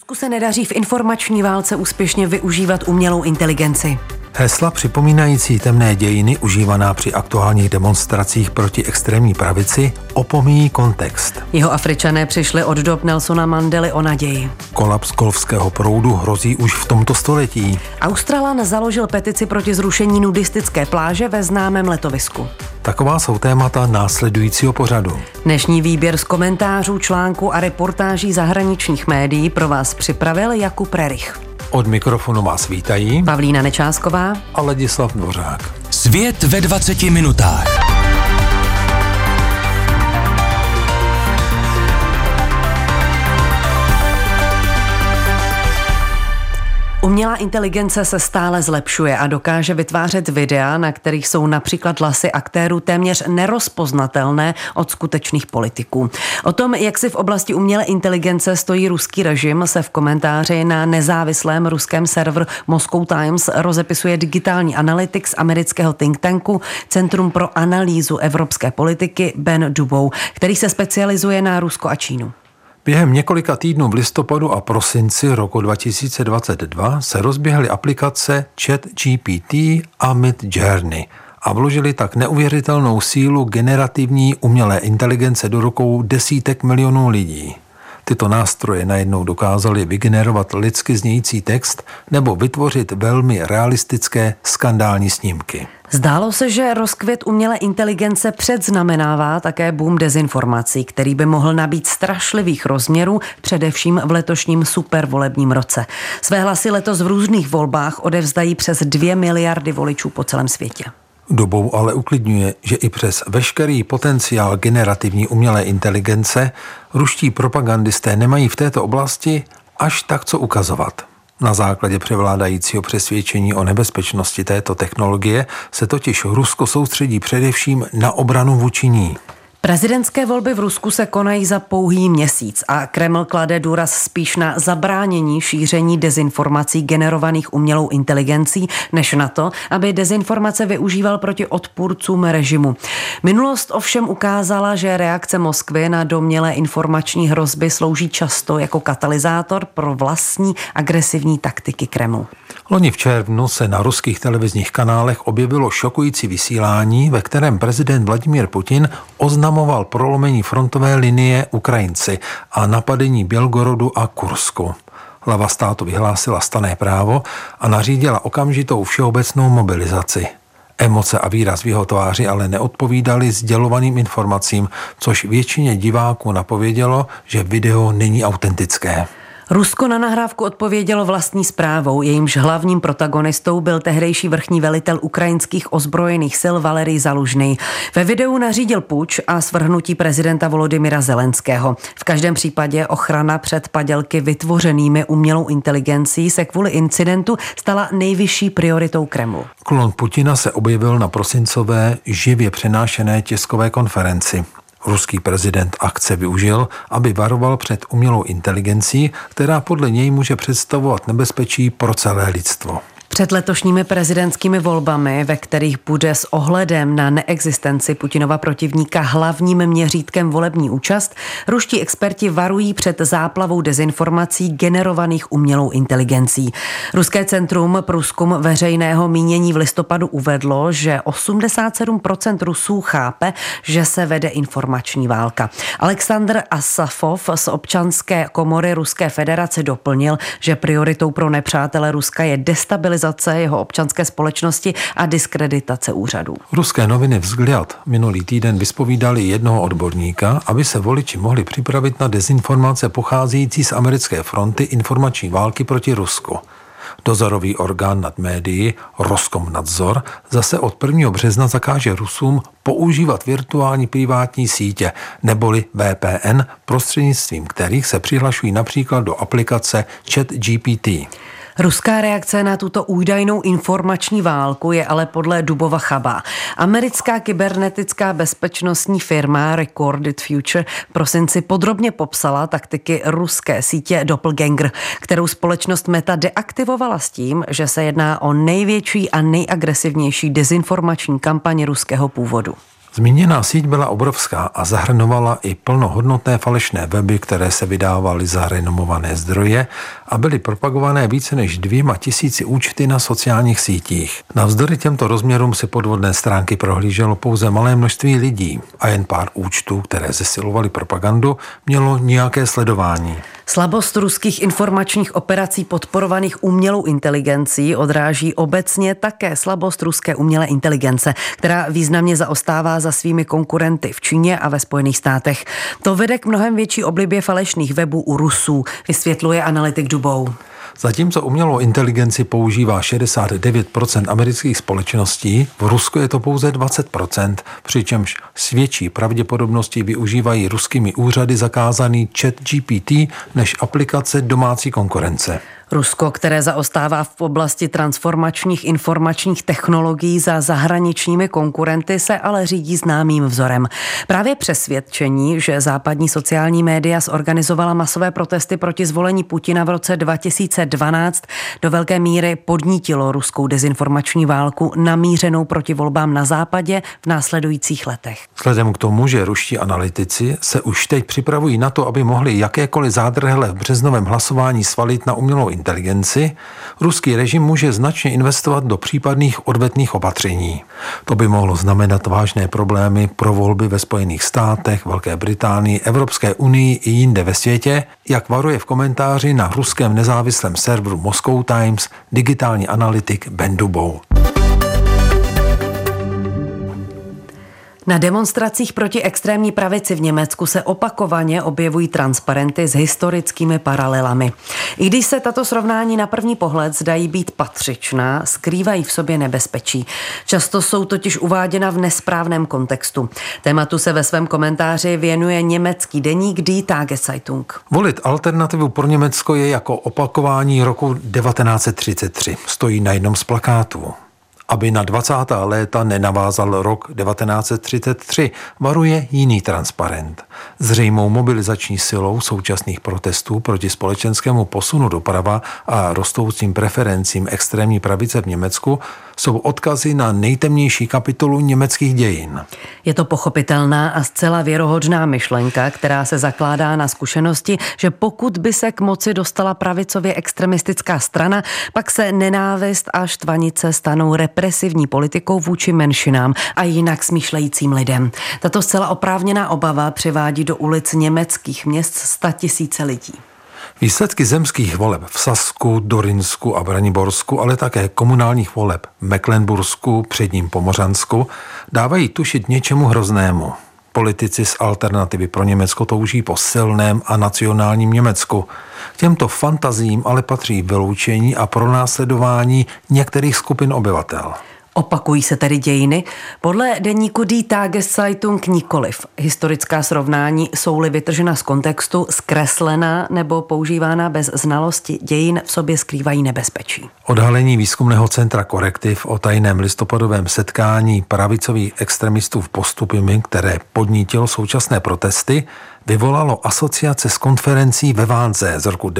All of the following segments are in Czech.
Rusku se nedaří v informační válce úspěšně využívat umělou inteligenci. Hesla připomínající temné dějiny, užívaná při aktuálních demonstracích proti extrémní pravici, opomíjí kontext. Jeho Afričané přišli od dob Nelsona Mandely o naději. Kolaps golfského proudu hrozí už v tomto století. Australan založil petici proti zrušení nudistické pláže ve známém letovisku. Taková jsou témata následujícího pořadu. Dnešní výběr z komentářů, článků a reportáží zahraničních médií pro vás připravil Jakub Rerich. Od mikrofonu vás vítají Pavlína Nečásková a Ladislav Dvořák. Svět ve 20 minutách. Umělá inteligence se stále zlepšuje a dokáže vytvářet videa, na kterých jsou například hlasy aktérů téměř nerozpoznatelné od skutečných politiků. O tom, jak si v oblasti umělé inteligence stojí ruský režim, se v komentáři na nezávislém ruském serveru Moscow Times rozepisuje digitální analytik z amerického think tanku Centrum pro analýzu evropské politiky Ben Dubou, který se specializuje na Rusko a Čínu. Během několika týdnů v listopadu a prosinci roku 2022 se rozběhly aplikace ChatGPT a Midjourney a vložili tak neuvěřitelnou sílu generativní umělé inteligence do rukou desítek milionů lidí. Tyto nástroje najednou dokázaly vygenerovat lidsky znějící text nebo vytvořit velmi realistické skandální snímky. Zdálo se, že rozkvět umělé inteligence předznamenává také boom dezinformací, který by mohl nabít strašlivých rozměrů, především v letošním supervolebním roce. Své hlasy letos v různých volbách odevzdají přes 2 miliardy voličů po celém světě. Dobou ale uklidňuje, že i přes veškerý potenciál generativní umělé inteligence ruští propagandisté nemají v této oblasti až tak co ukazovat. Na základě převládajícího přesvědčení o nebezpečnosti této technologie se totiž Rusko soustředí především na obranu vůči ní. Prezidentské volby v Rusku se konají za pouhý měsíc a Kreml klade důraz spíš na zabránění šíření dezinformací generovaných umělou inteligencí, než na to, aby dezinformace využíval proti odpůrcům režimu. Minulost ovšem ukázala, že reakce Moskvy na domnělé informační hrozby slouží často jako katalyzátor pro vlastní agresivní taktiky Kremlu. Loni v červnu se na ruských televizních kanálech objevilo šokující vysílání, ve kterém prezident Vladimír Putin oznamoval prolomení frontové linie Ukrajinci a napadení Bělgorodu a Kursku. Hlava státu vyhlásila stanné právo a nařídila okamžitou všeobecnou mobilizaci. Emoce a výraz v jeho tváři ale neodpovídaly sdělovaným informacím, což většině diváků napovědělo, že video není autentické. Rusko na nahrávku odpovědělo vlastní zprávou, jejímž hlavním protagonistou byl tehdejší vrchní velitel ukrajinských ozbrojených sil Valerij Zalužný. Ve videu nařídil puč a svrhnutí prezidenta Volodymyra Zelenského. V každém případě ochrana před padělky vytvořenými umělou inteligencí se kvůli incidentu stala nejvyšší prioritou Kremlu. Klon Putina se objevil na prosincové živě přenášené tiskové konferenci. Ruský prezident akce využil, aby varoval před umělou inteligencí, která podle něj může představovat nebezpečí pro celé lidstvo. Před letošními prezidentskými volbami, ve kterých bude s ohledem na neexistenci Putinova protivníka hlavním měřítkem volební účast, ruští experti varují před záplavou dezinformací generovaných umělou inteligencí. Ruské centrum průzkum veřejného mínění v listopadu uvedlo, že 87% Rusů chápe, že se vede informační válka. Aleksandr Asafov z občanské komory Ruské federace doplnil, že prioritou pro nepřátele Ruska je destabilizace jeho občanské společnosti a diskreditace úřadů. Ruské noviny Vzгляд minulý týden vyspovídali jednoho odborníka, aby se voliči mohli připravit na dezinformace pocházející z americké fronty informační války proti Rusku. Dozorový orgán nad médií Roskomnadzor zase od 1. března zakáže Rusům používat virtuální privátní sítě neboli VPN, prostřednictvím kterých se přihlašují například do aplikace ChatGPT. Ruská reakce na tuto údajnou informační válku je ale podle Dubova chabá. Americká kybernetická bezpečnostní firma Recorded Future v prosinci podrobně popsala taktiky ruské sítě Doppelganger, kterou společnost Meta deaktivovala s tím, že se jedná o největší a nejagresivnější dezinformační kampaň ruského původu. Zmíněná síť byla obrovská a zahrnovala i plnohodnotné falešné weby, které se vydávaly za renomované zdroje a byly propagované více než 2 000 účty na sociálních sítích. Navzdory těmto rozměrům si podvodné stránky prohlíželo pouze malé množství lidí a jen pár účtů, které zesilovaly propagandu, mělo nějaké sledování. Slabost ruských informačních operací podporovaných umělou inteligencí odráží obecně také slabost ruské umělé inteligence, která významně zaostává za svými konkurenty v Číně a ve Spojených státech. To vede k mnohem větší oblibě falešných webů u Rusů, vysvětluje analytik Dubou. Zatímco umělou inteligenci používá 69% amerických společností, v Rusku je to pouze 20%, přičemž s větší pravděpodobností využívají ruskými úřady zakázaný ChatGPT než aplikace domácí konkurence. Rusko, které zaostává v oblasti transformačních informačních technologií za zahraničními konkurenty, se ale řídí známým vzorem. Právě přesvědčení, že západní sociální média zorganizovala masové protesty proti zvolení Putina v roce 2012, do velké míry podnítilo ruskou dezinformační válku namířenou proti volbám na západě v následujících letech. Vzhledem k tomu, že ruští analytici se už teď připravují na to, aby mohli jakékoliv zádrhele v březnovém hlasování svalit na umělou inteligenci, ruský režim může značně investovat do případných odvetných opatření. To by mohlo znamenat vážné problémy pro volby ve Spojených státech, Velké Británii, Evropské unii i jinde ve světě, jak varuje v komentáři na ruském nezávislém serveru Moscow Times digitální analytik Ben Dubou. Na demonstracích proti extrémní pravici v Německu se opakovaně objevují transparenty s historickými paralelami. I když se tato srovnání na první pohled zdají být patřičná, skrývají v sobě nebezpečí. Často jsou totiž uváděna v nesprávném kontextu. Tématu se ve svém komentáři věnuje německý deník Die Tageszeitung. Volit alternativu pro Německo je jako opakování roku 1933. Stojí na jednom z plakátů. Aby na 20. léta nenavázal rok 1933, varuje jiný transparent. Zřejmou mobilizační silou současných protestů proti společenskému posunu doprava a rostoucím preferencím extrémní pravice v Německu jsou odkazy na nejtemnější kapitolu německých dějin. Je to pochopitelná a zcela věrohodná myšlenka, která se zakládá na zkušenosti, že pokud by se k moci dostala pravicově extremistická strana, pak se nenávist a štvanice stanou represivní politikou vůči menšinám a jinak smýšlejícím lidem. Tato zcela oprávněná obava přivádí do ulic německých měst 100 000 lidí. Výsledky zemských voleb v Sasku, Dorinsku a Braniborsku, ale také komunálních voleb v Mecklenbursku, Předním Pomořansku dávají tušit něčemu hroznému. Politici z Alternativy pro Německo touží po silném a nacionálním Německu. K těmto fantazím ale patří vyloučení a pronásledování některých skupin obyvatel. Opakují se tedy dějiny? Podle deníku Die Tageszeitung nikoliv. Historická srovnání jsou-li vytržena z kontextu, zkreslená nebo používána bez znalosti dějin, v sobě skrývají nebezpečí. Odhalení výzkumného centra Korektiv o tajném listopadovém setkání pravicových extremistů v Postupimi, které podnítilo současné protesty, vyvolalo asociace s konferencí ve Vánze z roku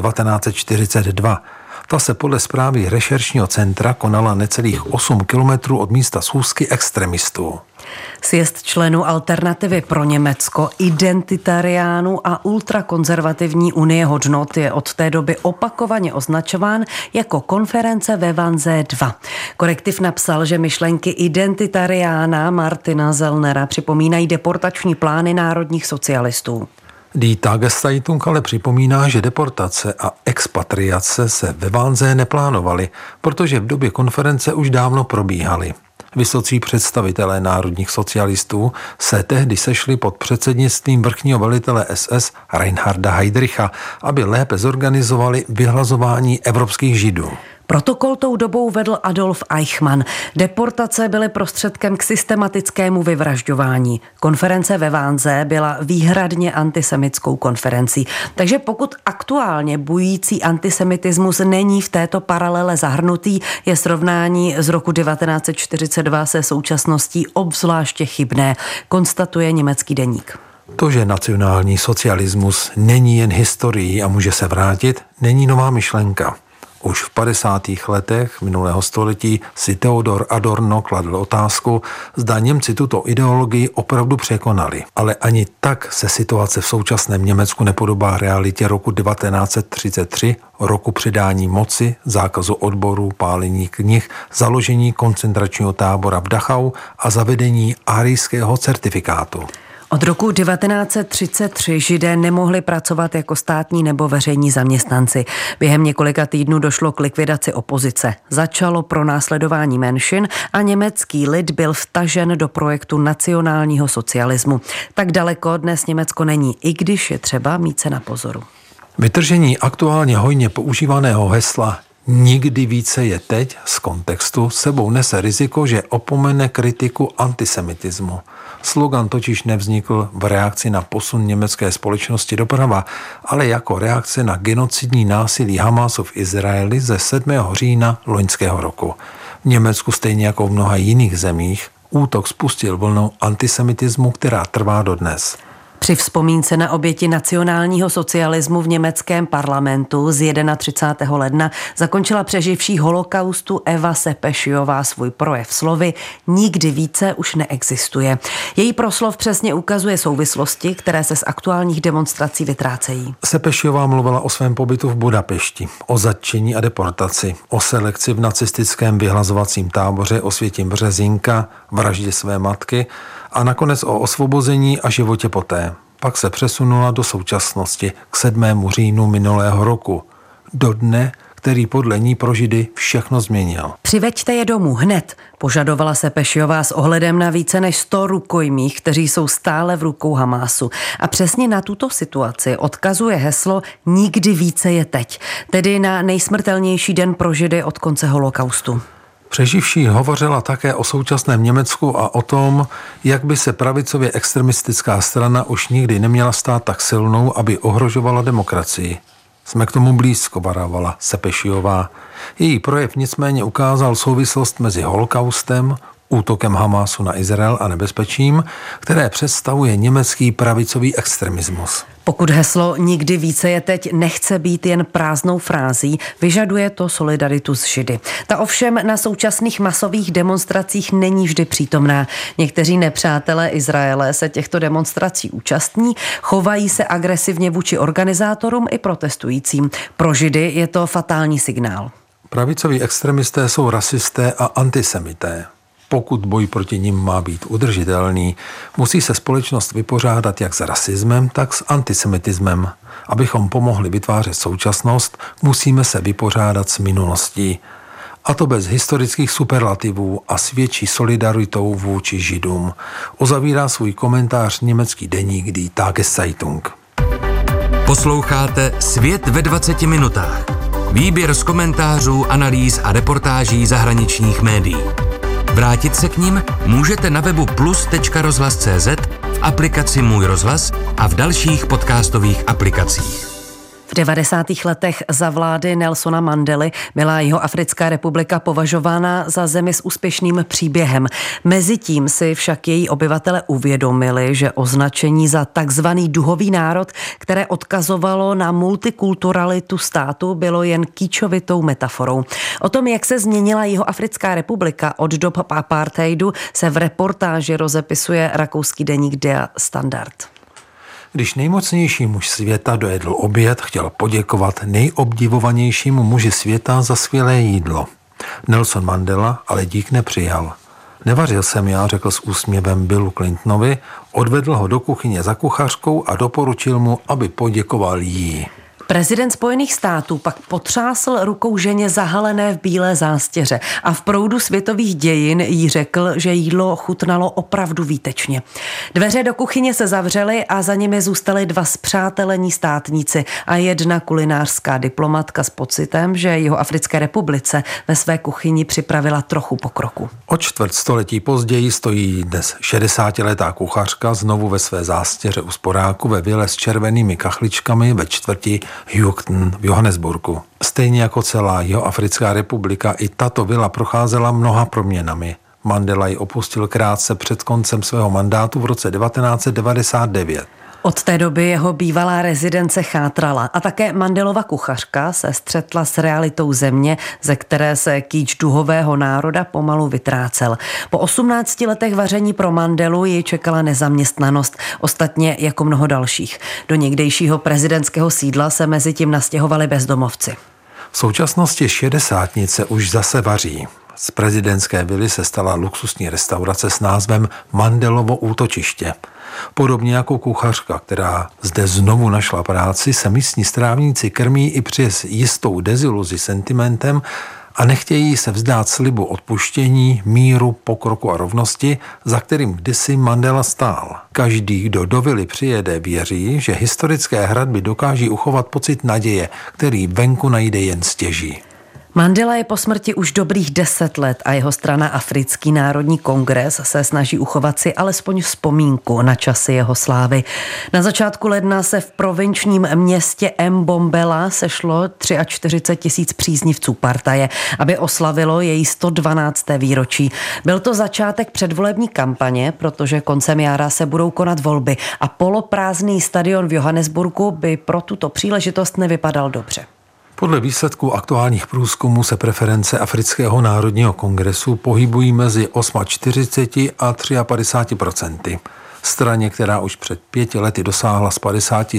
1942. Ta se podle zprávy rešeršního centra konala necelých 8 kilometrů od místa schůzky extremistů. Sjezd členů Alternativy pro Německo, identitariánů a ultrakonzervativní unie hodnot je od té doby opakovaně označován jako konference ve Vanze 2. Korektiv napsal, že myšlenky identitariána Martina Sellnera připomínají deportační plány národních socialistů. Die Tageszeitung ale připomíná, že deportace a expatriace se ve Vánze neplánovaly, protože v době konference už dávno probíhaly. Vysocí představitelé národních socialistů se tehdy sešli pod předsednictvím vrchního velitele SS Reinharda Heydricha, aby lépe zorganizovali vyhlazování evropských Židů. Protokol tou dobou vedl Adolf Eichmann. Deportace byly prostředkem k systematickému vyvražďování. Konference ve Vánze byla výhradně antisemitskou konferencí. Takže pokud aktuálně bující antisemitismus není v této paralele zahrnutý, je srovnání z roku 1942 se současností obzvláště chybné, konstatuje německý deník. To, že nacionální socialismus není jen historií a může se vrátit, není nová myšlenka. Už v 50. letech minulého století si Theodor Adorno kladl otázku, zda Němci tuto ideologii opravdu překonali. Ale ani tak se situace v současném Německu nepodobá realitě roku 1933, roku předání moci, zákazu odborů, pálení knih, založení koncentračního tábora v Dachau a zavedení árijského certifikátu. Od roku 1933 Židé nemohli pracovat jako státní nebo veřejní zaměstnanci. Během několika týdnů došlo k likvidaci opozice. Začalo pronásledování menšin a německý lid byl vtažen do projektu nacionálního socialismu. Tak daleko dnes Německo není, i když je třeba mít se na pozoru. Vytržení aktuálně hojně používaného hesla "Nikdy více je teď" z kontextu sebou nese riziko, že opomene kritiku antisemitismu. Slogan totiž nevznikl v reakci na posun německé společnosti doprava, ale jako reakce na genocidní násilí Hamasu v Izraeli ze 7. října loňského roku. V Německu stejně jako v mnoha jiných zemích útok spustil vlnu antisemitismu, která trvá dodnes. Při vzpomínce na oběti nacionálního socialismu v německém parlamentu z 31. ledna zakončila přeživší holokaustu Eva Sepešijová svůj projev slovy "Nikdy více už neexistuje". Její proslov přesně ukazuje souvislosti, které se z aktuálních demonstrací vytrácejí. Sepešijová mluvila o svém pobytu v Budapešti, o zatčení a deportaci, o selekci v nacistickém vyhlazovacím táboře Osvětim Březínka, vraždě své matky a nakonec o osvobození a životě poté. Pak se přesunula do současnosti k 7. říjnu minulého roku, do dne, který podle ní pro Židy všechno změnil. Přiveďte je domů hned, požadovala Sepešijová s ohledem na více než 100 rukojmích, kteří jsou stále v rukou Hamásu. A přesně na tuto situaci odkazuje heslo "Nikdy více je teď", tedy na nejsmrtelnější den pro Židy od konce holokaustu. Přeživší hovořila také o současném Německu a o tom, jak by se pravicově extremistická strana už nikdy neměla stát tak silnou, aby ohrožovala demokracii. Jsme k tomu blízko, varovala Sepešijová. Její projev nicméně ukázal souvislost mezi holokaustem, útokem Hamasu na Izrael a nebezpečím, které představuje německý pravicový extremismus. Pokud heslo "Nikdy více je teď" nechce být jen prázdnou frází, vyžaduje to solidaritu s Židy. Ta ovšem na současných masových demonstracích není vždy přítomná. Někteří nepřátelé Izraele se těchto demonstrací účastní, chovají se agresivně vůči organizátorům i protestujícím. Pro Židy je to fatální signál. Pravicoví extremisté jsou rasisté a antisemité. Pokud boj proti nim má být udržitelný, musí se společnost vypořádat jak s rasismem, tak s antisemitismem. Abychom pomohli vytvářet současnost, musíme se vypořádat s minulostí. A to bez historických superlativů a s větší solidaritou vůči Židům. Uzavírá svůj komentář německý deník Die Tageszeitung. Posloucháte Svět ve 20 minutách. Výběr z komentářů, analýz a reportáží zahraničních médií. Vrátit se k nim můžete na webu plus.rozhlas.cz, v aplikaci Můj rozhlas a v dalších podcastových aplikacích. V 90. letech za vlády Nelsona Mandely byla Jihoafrická republika považována za zemi s úspěšným příběhem. Mezitím si však její obyvatele uvědomili, že označení za takzvaný duhový národ, které odkazovalo na multikulturalitu státu, bylo jen kýčovitou metaforou. O tom, jak se změnila Jihoafrická republika od dob apartheidu, se v reportáži rozepisuje rakouský deník Der Standard. Když nejmocnější muž světa dojedl oběd, chtěl poděkovat nejobdivovanějšímu muži světa za skvělé jídlo. Nelson Mandela ale dík nepřijal. Nevařil jsem já, řekl s úsměvem Billu Clintonovi, odvedl ho do kuchyně za kuchařkou a doporučil mu, aby poděkoval jí. Prezident Spojených států pak potřásl rukou ženě zahalené v bílé zástěře a v proudu světových dějin jí řekl, že jídlo chutnalo opravdu výtečně. Dveře do kuchyně se zavřely a za nimi zůstali dva spřátelení státníci a jedna kulinářská diplomatka s pocitem, že Jihoafrické republice ve své kuchyni připravila trochu pokroku. O čtvrt století později stojí dnes 60letá kuchařka znovu ve své zástěře u sporáku ve vile s červenými kachličkami ve čtvrti Hughton v Johannesburgu. Stejně jako celá Jihoafrická republika, i tato vila procházela mnoha proměnami. Mandela ji opustil krátce před koncem svého mandátu v roce 1999. Od té doby jeho bývalá rezidence chátrala a také Mandelova kuchařka se střetla s realitou země, ze které se kýč duhového národa pomalu vytrácel. Po 18 letech vaření pro Mandelu ji čekala nezaměstnanost, ostatně jako mnoho dalších. Do někdejšího prezidentského sídla se mezi tím nastěhovali bezdomovci. V současnosti šedesátnice už zase vaří. Z prezidentské vily se stala luxusní restaurace s názvem Mandelovo útočiště. Podobně jako kuchařka, která zde znovu našla práci, se místní strávníci krmí i přes jistou deziluzi sentimentem a nechtějí se vzdát slibu odpuštění, míru, pokroku a rovnosti, za kterým kdysi Mandela stál. Každý, kdo do vily přijede, věří, že historické hradby dokáží uchovat pocit naděje, který venku najde jen stěží. Mandela je po smrti už dobrých 10 let a jeho strana Africký národní kongres se snaží uchovat si alespoň vzpomínku na časy jeho slávy. Na začátku ledna se v provinčním městě Mbombela sešlo 43 000 příznivců partaje, aby oslavilo její 112. výročí. Byl to začátek předvolební kampaně, protože koncem jara se budou konat volby a poloprázdný stadion v Johannesburgu by pro tuto příležitost nevypadal dobře. Podle výsledků aktuálních průzkumů se preference Afrického národního kongresu pohybují mezi 48 a 53%. Straně, která už před 5 lety dosáhla s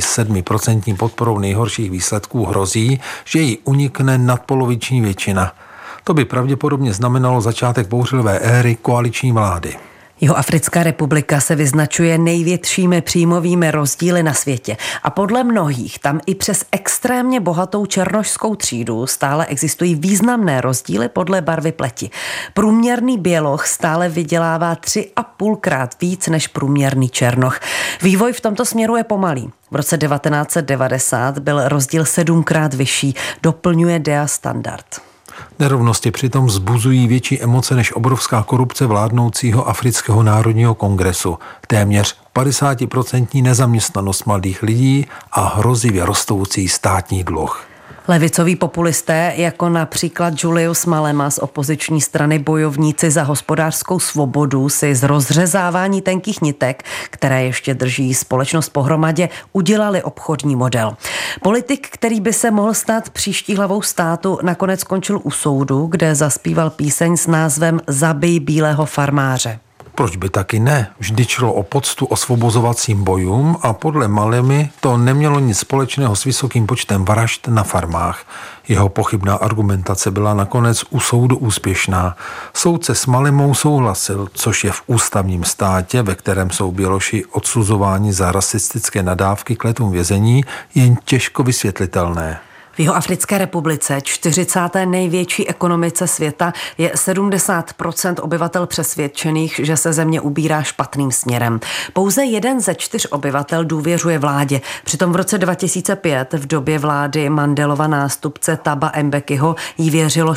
57% podporou nejhorších výsledků, hrozí, že jí unikne nadpoloviční většina. To by pravděpodobně znamenalo začátek bouřlivé éry koaliční vlády. Jihoafrická republika se vyznačuje největšími příjmovými rozdíly na světě a podle mnohých tam i přes extrémně bohatou černošskou třídu stále existují významné rozdíly podle barvy pleti. Průměrný běloch stále vydělává 3,5krát víc než průměrný černoch. Vývoj v tomto směru je pomalý. V roce 1990 byl rozdíl 7krát vyšší, doplňuje Dea Standard. Nerovnosti přitom vzbuzují větší emoce než obrovská korupce vládnoucího Afrického národního kongresu, téměř 50% nezaměstnanost mladých lidí a hrozivě rostoucí státní dluh. Levicoví populisté, jako například Julius Malema z opoziční strany Bojovníci za hospodářskou svobodu, si z rozřezávání tenkých nitek, které ještě drží společnost pohromadě, udělali obchodní model. Politik, který by se mohl stát příští hlavou státu, nakonec skončil u soudu, kde zaspíval píseň s názvem Zabij bílého farmáře. Proč by taky ne? Vždy šlo o poctu osvobozovacím bojům a podle Malemy to nemělo nic společného s vysokým počtem vražd na farmách. Jeho pochybná argumentace byla nakonec u soudu úspěšná. Soudce s Malemou souhlasil, což je v ústavním státě, ve kterém jsou Běloši odsuzováni za rasistické nadávky k letům vězení, jen těžko vysvětlitelné. V Jihoafrické republice, 40. největší ekonomice světa, je 70% obyvatel přesvědčených, že se země ubírá špatným směrem. Pouze 1 ze 4 obyvatel důvěřuje vládě. Přitom v roce 2005 v době vlády Mandelova nástupce Thaba Mbekiho jí věřilo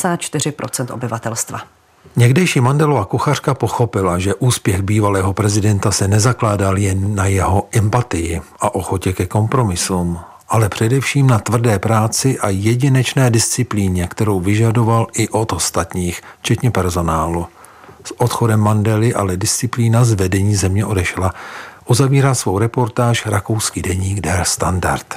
64% obyvatelstva. Někdejší Mandelova kuchařka pochopila, že úspěch bývalého prezidenta se nezakládal jen na jeho empatii a ochotě ke kompromisům, ale především na tvrdé práci a jedinečné disciplíně, kterou vyžadoval i od ostatních, včetně personálu. S odchodem Mandely ale disciplína z vedení země odešla. Uzavírá svou reportáž rakouský deník Der Standard.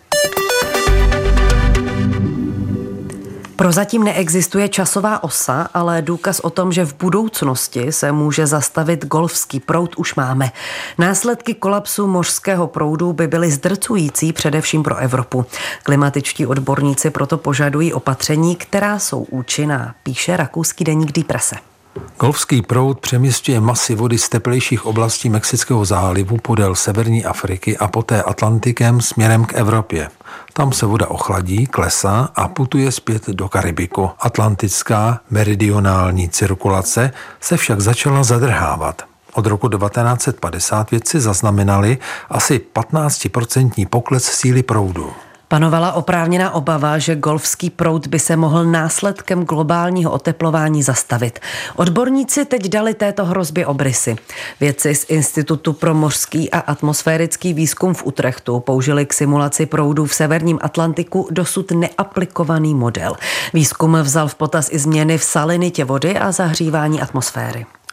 Prozatím neexistuje časová osa, ale důkaz o tom, že v budoucnosti se může zastavit golfský proud, už máme. Následky kolapsu mořského proudu by byly zdrcující především pro Evropu. Klimatičtí odborníci proto požadují opatření, která jsou účinná, píše rakouský deník Die Presse. Golfský proud přeměstňuje masy vody z teplejších oblastí Mexického zálivu podél severní Afriky a poté Atlantikem směrem k Evropě. Tam se voda ochladí, klesá a putuje zpět do Karibiku. Atlantická meridionální cirkulace se však začala zadrhávat. Od roku 1950 vědci zaznamenali asi 15% pokles síly proudu. Panovala oprávněná obava, že golfský proud by se mohl následkem globálního oteplování zastavit. Odborníci teď dali této hrozbě obrysy. Vědci z Institutu pro mořský a atmosférický výzkum v Utrechtu použili k simulaci proudů v severním Atlantiku dosud neaplikovaný model. Výzkum vzal v potaz i změny v salinitě vody a zahřívání atmosféry.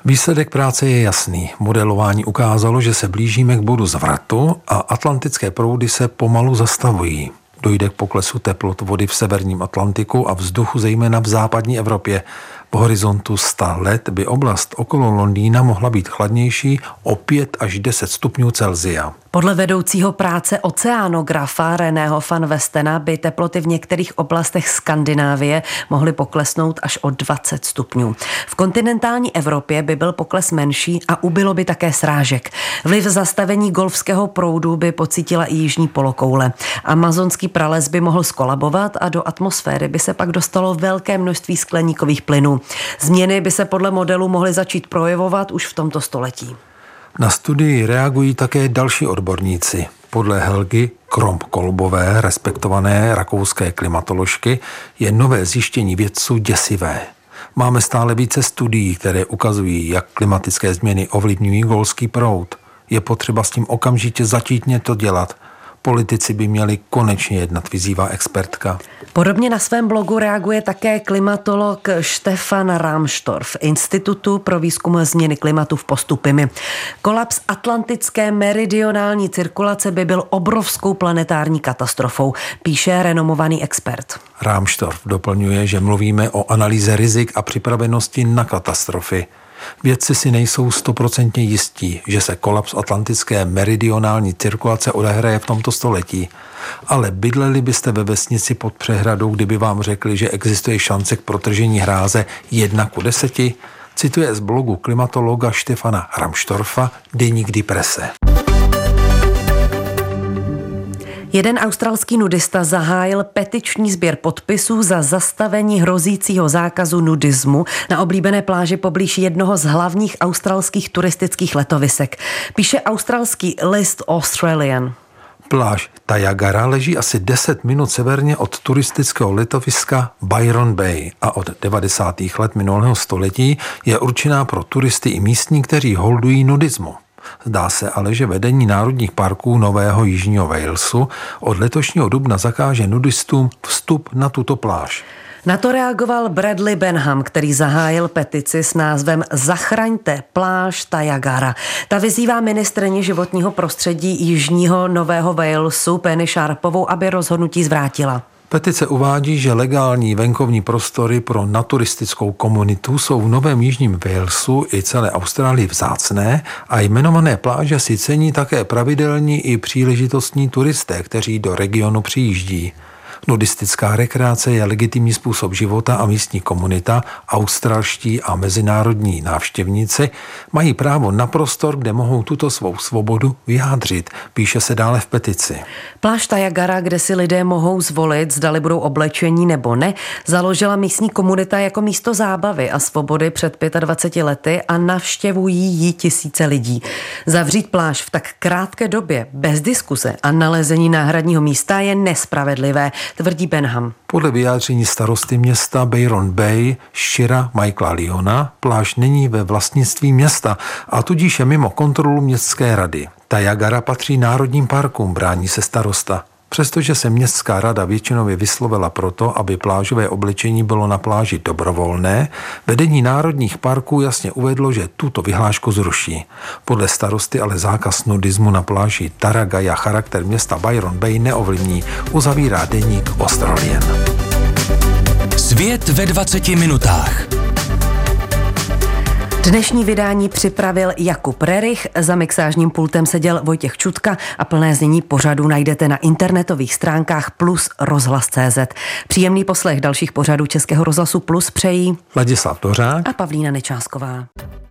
Výsledek práce je jasný. Modelování ukázalo, že se blížíme k bodu zvratu a atlantické proudy se pomalu zastavují. Dojde k poklesu teplot vody v severním Atlantiku a vzduchu zejména v západní Evropě. V horizontu 100 let by oblast okolo Londýna mohla být chladnější o 5 až 10 stupňů Celsia. Podle vedoucího práce oceánografa Reného van Westena by teploty v některých oblastech Skandinávie mohly poklesnout až o 20 stupňů. V kontinentální Evropě by byl pokles menší a ubylo by také srážek. Vliv zastavení golfského proudu by pocítila i jižní polokoule. Amazonský prales by mohl skolabovat a do atmosféry by se pak dostalo velké množství skleníkových plynů. Změny by se podle modelu mohly začít projevovat už v tomto století. Na studii reagují také další odborníci. Podle Helgy Kromp-Kolbové, respektované rakouské klimatoložky, je nové zjištění vědců děsivé. Máme stále více studií, které ukazují, jak klimatické změny ovlivňují golfský proud. Je potřeba s tím okamžitě začít něco dělat. Politici by měli konečně jednat, vyzývá expertka. Podobně na svém blogu reaguje také klimatolog Stefan Rahmstorf Institutu pro výzkum změny klimatu v Postupimi. Kolaps atlantické meridionální cirkulace by byl obrovskou planetární katastrofou, píše renomovaný expert. Rahmstorf doplňuje, že mluvíme o analýze rizik a připravenosti na katastrofy. Vědci si nejsou 100% jistí, že se kolaps atlantické meridionální cirkulace odehraje v tomto století. Ale bydleli byste ve vesnici pod přehradou, kdyby vám řekli, že existuje šance k protržení hráze 1:10? Cituje z blogu klimatologa Stefana Rahmstorfa deník Die Presse. Jeden australský nudista zahájil petiční sběr podpisů za zastavení hrozícího zákazu nudismu na oblíbené pláži poblíž jednoho z hlavních australských turistických letovisek. Píše australský list Australian. Pláž Tayagara leží asi 10 minut severně od turistického letoviska Byron Bay a od 90. let minulého století je určená pro turisty i místní, kteří holdují nudismu. Zdá se ale, že vedení národních parků Nového Jižního Walesu od letošního dubna zakáže nudistům vstup na tuto pláž. Na to reagoval Bradley Benham, který zahájil petici s názvem Zachraňte pláž Tayagara. Ta vyzývá ministryni životního prostředí Jižního Nového Walesu Penny Sharpovou, aby rozhodnutí zvrátila. Petice uvádí, že legální venkovní prostory pro naturistickou komunitu jsou v Novém Jižním Walesu i celé Austrálii vzácné a jmenované pláže si cení také pravidelní i příležitostní turisté, kteří do regionu přijíždí. Nudistická rekreace je legitimní způsob života a místní komunita, australští a mezinárodní návštěvníci mají právo na prostor, kde mohou tuto svou svobodu vyjádřit, píše se dále v petici. Pláž Tayagara, kde si lidé mohou zvolit, zdali budou oblečení nebo ne, založila místní komunita jako místo zábavy a svobody před 25 lety a navštěvují ji tisíce lidí. Zavřít pláž v tak krátké době bez diskuse a nalezení náhradního místa je nespravedlivé, tvrdí Benham. Podle vyjádření starosty města Byron Bay Shira Michaela Lyona pláž není ve vlastnictví města a tudíž je mimo kontrolu městské rady. Tayagara patří národním parkům, brání se starosta. Přestože se městská rada většinově vyslovila proto, aby plážové oblečení bylo na pláži dobrovolné, vedení národních parků jasně uvedlo, že tuto vyhlášku zruší. Podle starosty ale zákaz nudismu na pláži Taragaya charakter města Byron Bay neovlivní, uzavírá deník Australian. Svět ve 20 minutách. Dnešní vydání připravil Jakub Rerich, za mixážním pultem seděl Vojtěch Čutka a plné znění pořadu najdete na internetových stránkách Plus rozhlas.cz. Příjemný poslech dalších pořadů Českého rozhlasu Plus přejí Ladislav Dvořák a Pavlína Nečásková.